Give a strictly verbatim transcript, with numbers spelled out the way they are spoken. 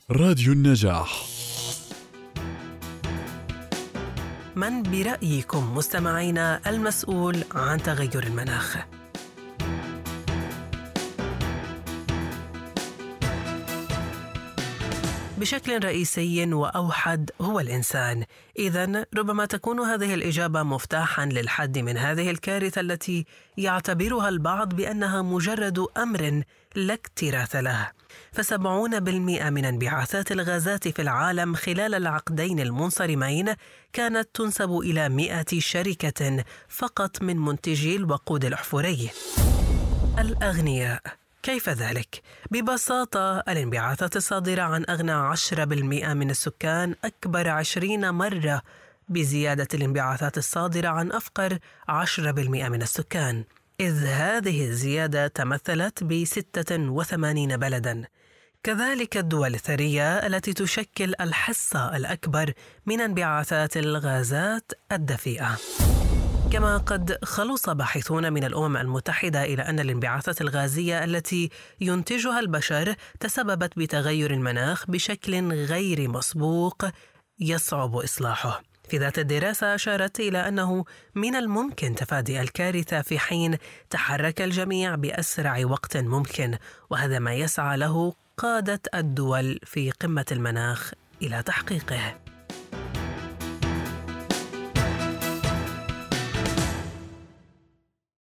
راديو النجاح. من برأيكم مستمعينا المسؤول عن تغير المناخ؟ بشكل رئيسي وأوحد هو الإنسان. إذن ربما تكون هذه الإجابة مفتاحاً للحد من هذه الكارثة التي يعتبرها البعض بأنها مجرد أمر لا اكتراث له. فسبعون بالمئة من انبعاثات الغازات في العالم خلال العقدين المنصرمين كانت تنسب إلى مئة شركة فقط من منتجي الوقود الأحفوري. الأغنياء. كيف ذلك؟ ببساطة الانبعاثات الصادرة عن أغنى عشرة بالمئة من السكان أكبر عشرين مرة بزيادة الانبعاثات الصادرة عن أفقر عشرة بالمئة من السكان، إذ هذه الزيادة تمثلت بستة وثمانين بلداً. كذلك الدول الثرية التي تشكل الحصة الأكبر من انبعاثات الغازات الدفيئة. كما قد خلص باحثون من الأمم المتحدة إلى أن الانبعاثات الغازية التي ينتجها البشر تسببت بتغير المناخ بشكل غير مسبوق يصعب إصلاحه. في ذات الدراسة أشارت إلى أنه من الممكن تفادي الكارثة في حين تحرك الجميع بأسرع وقت ممكن، وهذا ما يسعى له قادة الدول في قمة المناخ إلى تحقيقه.